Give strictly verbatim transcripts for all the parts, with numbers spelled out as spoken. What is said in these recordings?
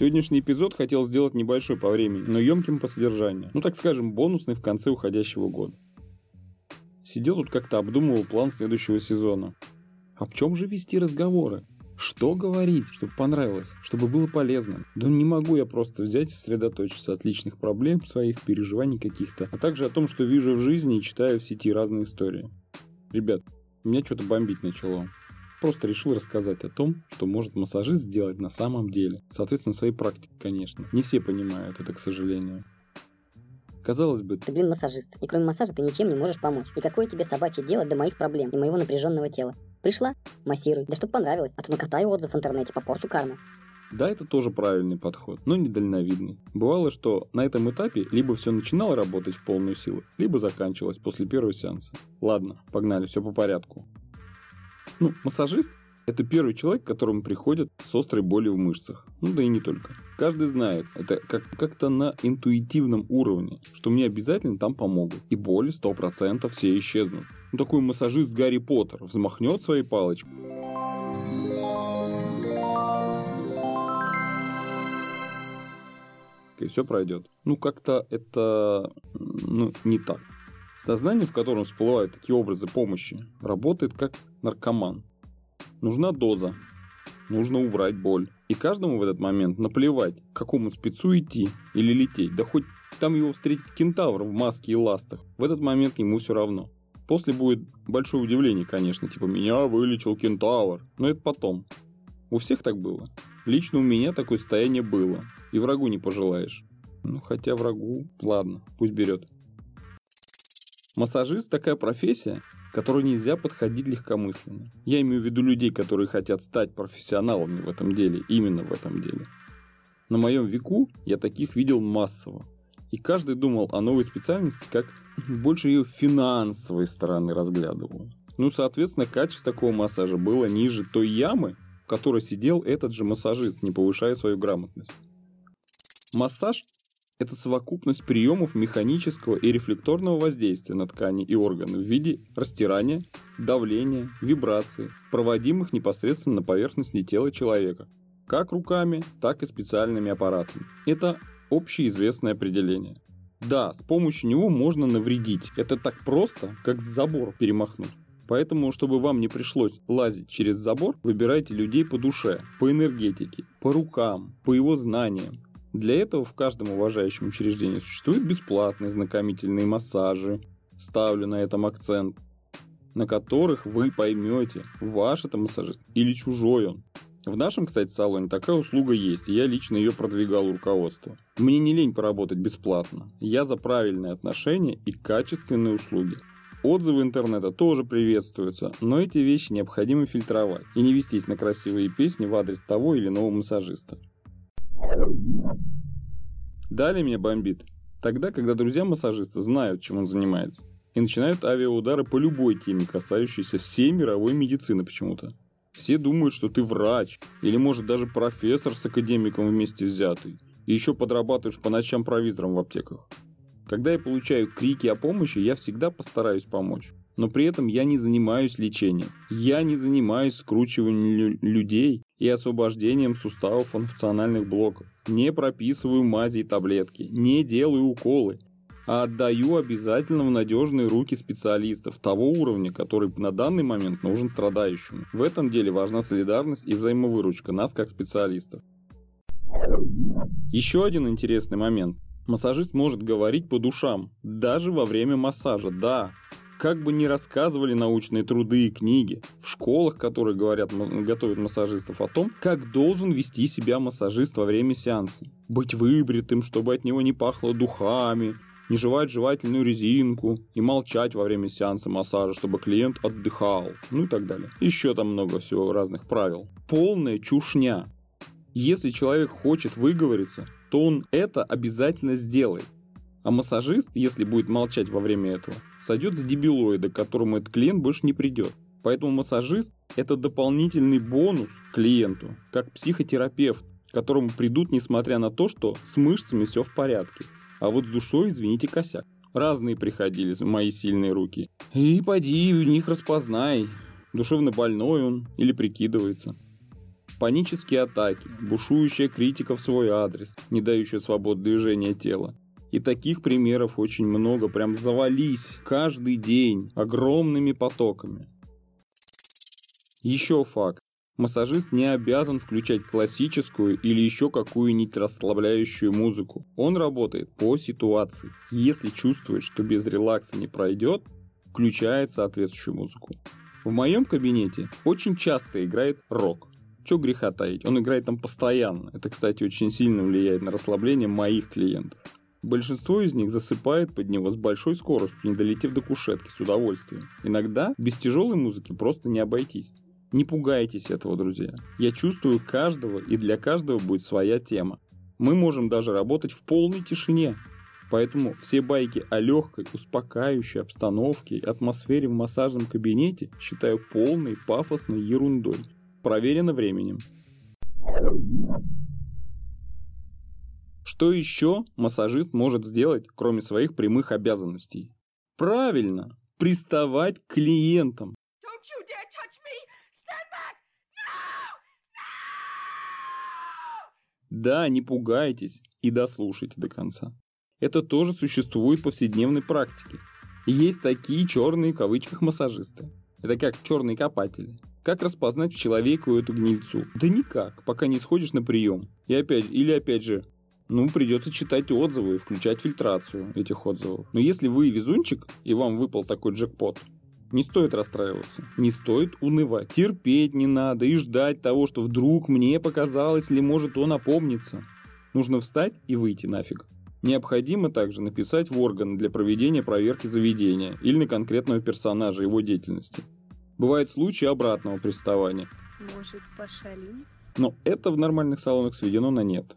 Сегодняшний эпизод хотел сделать небольшой по времени, но емким по содержанию. Ну, так скажем, бонусный в конце уходящего года. Сидел тут как-то обдумывал план следующего сезона. Об чем же вести разговоры? Что говорить, чтобы понравилось, чтобы было полезным? Да не могу я просто взять и сосредоточиться от личных проблем, своих переживаний каких-то, а также о том, что вижу в жизни и читаю в сети разные истории. Ребят, меня что-то бомбить начало. Просто решил рассказать о том, что может массажист сделать на самом деле. Соответственно, своей практике, конечно. Не все понимают это, к сожалению. Казалось бы... Ты, блин, массажист. И кроме массажа ты ничем не можешь помочь. И какое тебе собачье дело до моих проблем и моего напряженного тела? Пришла? Массируй. Да чтоб понравилось. А то накатаю отзыв в интернете, попорчу карму. Да, это тоже правильный подход, но недальновидный. Бывало, что на этом этапе либо все начинало работать в полную силу, либо заканчивалось после первого сеанса. Ладно, погнали, все по порядку. Ну, массажист – это первый человек, к которому приходят с острой болью в мышцах. Ну, да и не только. Каждый знает, это как- как-то на интуитивном уровне, что мне обязательно там помогут. И боли сто процентов все исчезнут. Ну, такой массажист Гарри Поттер взмахнет своей палочкой. И все пройдет. Ну, как-то это ну, не так. Сознание, в котором всплывают такие образы помощи, работает как наркоман. Нужна доза. Нужно убрать боль. И каждому в этот момент наплевать, к какому спецу идти или лететь. Да хоть там его встретит кентавр в маске и ластах. В этот момент ему все равно. После будет большое удивление, конечно. Типа, меня вылечил кентавр. Но это потом. У всех так было. Лично у меня такое состояние было. И врагу не пожелаешь. Ну, хотя врагу... Ладно, пусть берет. Массажист – такая профессия, к которой нельзя подходить легкомысленно. Я имею в виду людей, которые хотят стать профессионалами в этом деле, именно в этом деле. На моем веку я таких видел массово. И каждый думал о новой специальности, как больше ее финансовой стороны разглядывал. Ну, соответственно, качество такого массажа было ниже той ямы, в которой сидел этот же массажист, не повышая свою грамотность. Массаж – это совокупность приемов механического и рефлекторного воздействия на ткани и органы в виде растирания, давления, вибрации, проводимых непосредственно на поверхности тела человека, как руками, так и специальными аппаратами. Это общеизвестное определение. Да, с помощью него можно навредить. Это так просто, как забор перемахнуть. Поэтому, чтобы вам не пришлось лазить через забор, выбирайте людей по душе, по энергетике, по рукам, по его знаниям. Для этого в каждом уважающем учреждении существуют бесплатные знакомительные массажи, ставлю на этом акцент, на которых вы поймете, ваш это массажист или чужой он. В нашем, кстати, салоне такая услуга есть, и я лично ее продвигал у руководства. Мне не лень поработать бесплатно, я за правильные отношения и качественные услуги. Отзывы интернета тоже приветствуются, но эти вещи необходимо фильтровать и не вестись на красивые песни в адрес того или иного массажиста. Далее меня бомбит тогда, когда друзья массажиста знают, чем он занимается, и начинают авиаудары по любой теме, касающейся всей мировой медицины почему-то. Все думают, что ты врач, или может даже профессор с академиком вместе взятый, и еще подрабатываешь по ночам провизором в аптеках. Когда я получаю крики о помощи, я всегда постараюсь помочь. Но при этом я не занимаюсь лечением. Я не занимаюсь скручиванием людей и освобождением суставов функциональных блоков. Не прописываю мази и таблетки. Не делаю уколы. А отдаю обязательно в надежные руки специалистов того уровня, который на данный момент нужен страдающему. В этом деле важна солидарность и взаимовыручка нас как специалистов. Еще один интересный момент. Массажист может говорить по душам, даже во время массажа, да. Как бы ни рассказывали научные труды и книги, в школах, которые говорят, готовят массажистов о том, как должен вести себя массажист во время сеанса. Быть выбритым, чтобы от него не пахло духами, не жевать жевательную резинку и молчать во время сеанса массажа, чтобы клиент отдыхал, ну и так далее. Еще там много всего разных правил. Полная чушня. Если человек хочет выговориться, то он это обязательно сделает. А массажист, если будет молчать во время этого, сойдет за дебилоида, к которому этот клиент больше не придет. Поэтому массажист – это дополнительный бонус клиенту, как психотерапевт, к которому придут, несмотря на то, что с мышцами все в порядке. А вот с душой, извините, косяк. Разные приходили мои сильные руки. И поди в них распознай, душевно больной он или прикидывается. Панические атаки, бушующая критика в свой адрес, не дающая свободы движения тела. И таких примеров очень много, прям завались каждый день огромными потоками. Еще факт. Массажист не обязан включать классическую или еще какую-нибудь расслабляющую музыку. Он работает по ситуации. Если чувствует, что без релакса не пройдет, включает соответствующую музыку. В моем кабинете очень часто играет рок. Чё греха таить, он играет там постоянно. Это, кстати, очень сильно влияет на расслабление моих клиентов. Большинство из них засыпает под него с большой скоростью, не долетев до кушетки, с удовольствием. Иногда без тяжелой музыки просто не обойтись. Не пугайтесь этого, друзья. Я чувствую каждого, и для каждого будет своя тема. Мы можем даже работать в полной тишине. Поэтому все байки о легкой, успокаивающей обстановке и атмосфере в массажном кабинете считаю полной пафосной ерундой. Проверено временем. Что еще массажист может сделать, кроме своих прямых обязанностей? Правильно, приставать к клиентам. Да, не пугайтесь и дослушайте до конца. Это тоже существует в повседневной практике. Есть такие черные в кавычках массажисты. Это как черные копатели. Как распознать в человеку эту гнильцу? Да никак, пока не сходишь на прием. И опять, или опять же, ну, придется читать отзывы и включать фильтрацию этих отзывов. Но если вы везунчик, и вам выпал такой джекпот, не стоит расстраиваться, не стоит унывать. Терпеть не надо и ждать того, что вдруг мне показалось, или может он опомнится. Нужно встать и выйти нафиг. Необходимо также написать в органы для проведения проверки заведения или на конкретного персонажа его деятельности. Бывают случаи обратного приставания. Может, пошалим? Но это в нормальных салонах сведено на нет.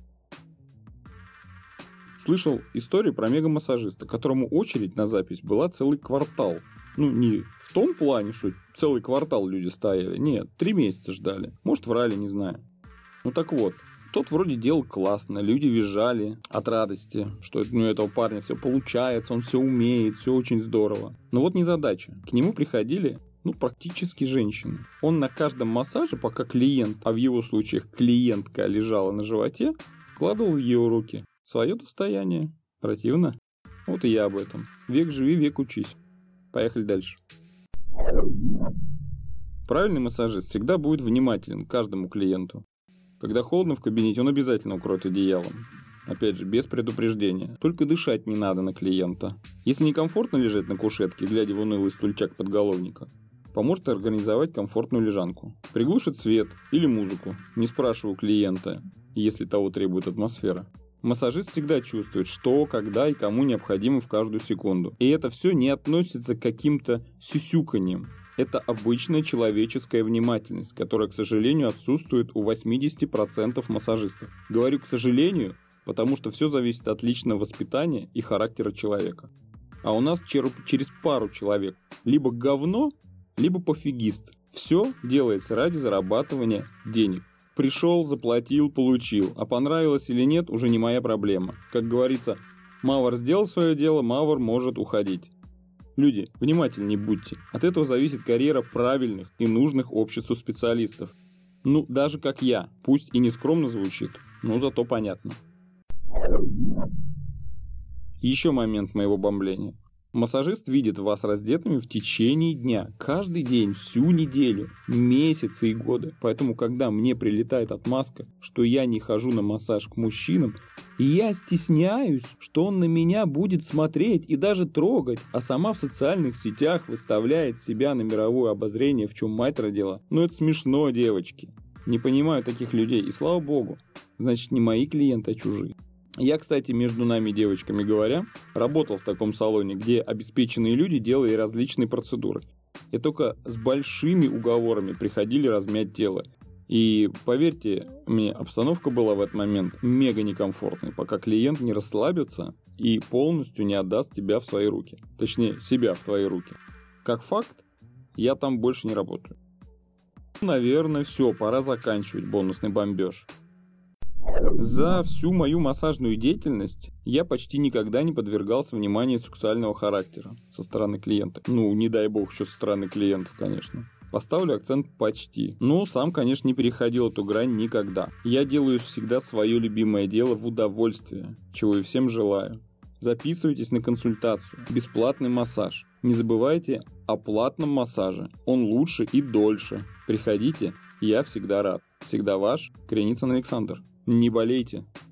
Слышал историю про мега-массажиста, которому очередь на запись была целый квартал. Ну, не в том плане, что целый квартал люди стояли. Нет, три месяца ждали. Может, врали, не знаю. Ну так вот, тот вроде делал классно, люди визжали от радости, что ну, у этого парня все получается, он все умеет, все очень здорово. Но вот незадача. К нему приходили, ну, практически женщины. Он на каждом массаже, пока клиент, а в его случаях клиентка лежала на животе, вкладывал в ее руки свое достояние. Противно? Вот и я об этом. Век живи, век учись. Поехали дальше. Правильный массажист всегда будет внимателен к каждому клиенту. Когда холодно в кабинете, он обязательно укроет одеялом. Опять же, без предупреждения. Только дышать не надо на клиента. Если некомфортно лежать на кушетке, глядя в унылый стульчак подголовника, поможет организовать комфортную лежанку. Приглушит свет или музыку, не спрашивая у клиента, если того требует атмосфера. Массажист всегда чувствует, что, когда и кому необходимо в каждую секунду. И это все не относится к каким-то сюсюканьям. Это обычная человеческая внимательность, которая, к сожалению, отсутствует у восемьдесят процентов массажистов. Говорю «к сожалению», потому что все зависит от личного воспитания и характера человека. А у нас через пару человек либо говно, либо пофигист. Все делается ради зарабатывания денег. Пришел, заплатил, получил. А понравилось или нет, уже не моя проблема. Как говорится, Мавр сделал свое дело, Мавр может уходить. Люди, внимательнее будьте. От этого зависит карьера правильных и нужных обществу специалистов. Ну, даже как я. Пусть и не скромно звучит, но зато понятно. Еще момент моего бомбления. Массажист видит вас раздетыми в течение дня, каждый день, всю неделю, месяцы и годы. Поэтому, когда мне прилетает отмазка, что я не хожу на массаж к мужчинам, я стесняюсь, что он на меня будет смотреть и даже трогать, а сама в социальных сетях выставляет себя на мировое обозрение, в чем мать родила. Ну это смешно, девочки. Не понимаю таких людей, и слава богу. Значит, не мои клиенты, а чужие. Я, кстати, между нами девочками говоря, работал в таком салоне, где обеспеченные люди делали различные процедуры. И только с большими уговорами приходили размять тело. И поверьте мне, обстановка была в этот момент мега некомфортной, пока клиент не расслабится и полностью не отдаст тебя в свои руки. Точнее, себя в твои руки. Как факт, я там больше не работаю. Наверное, все, пора заканчивать бонусный бомбеж. За всю мою массажную деятельность я почти никогда не подвергался вниманию сексуального характера со стороны клиента. Ну, не дай бог, еще со стороны клиентов, конечно. Поставлю акцент почти. Ну, сам, конечно, не переходил эту грань никогда. Я делаю всегда свое любимое дело в удовольствие, чего и всем желаю. Записывайтесь на консультацию. Бесплатный массаж. Не забывайте о платном массаже. Он лучше и дольше. Приходите, я всегда рад. Всегда ваш Креницын Александр. Не болейте.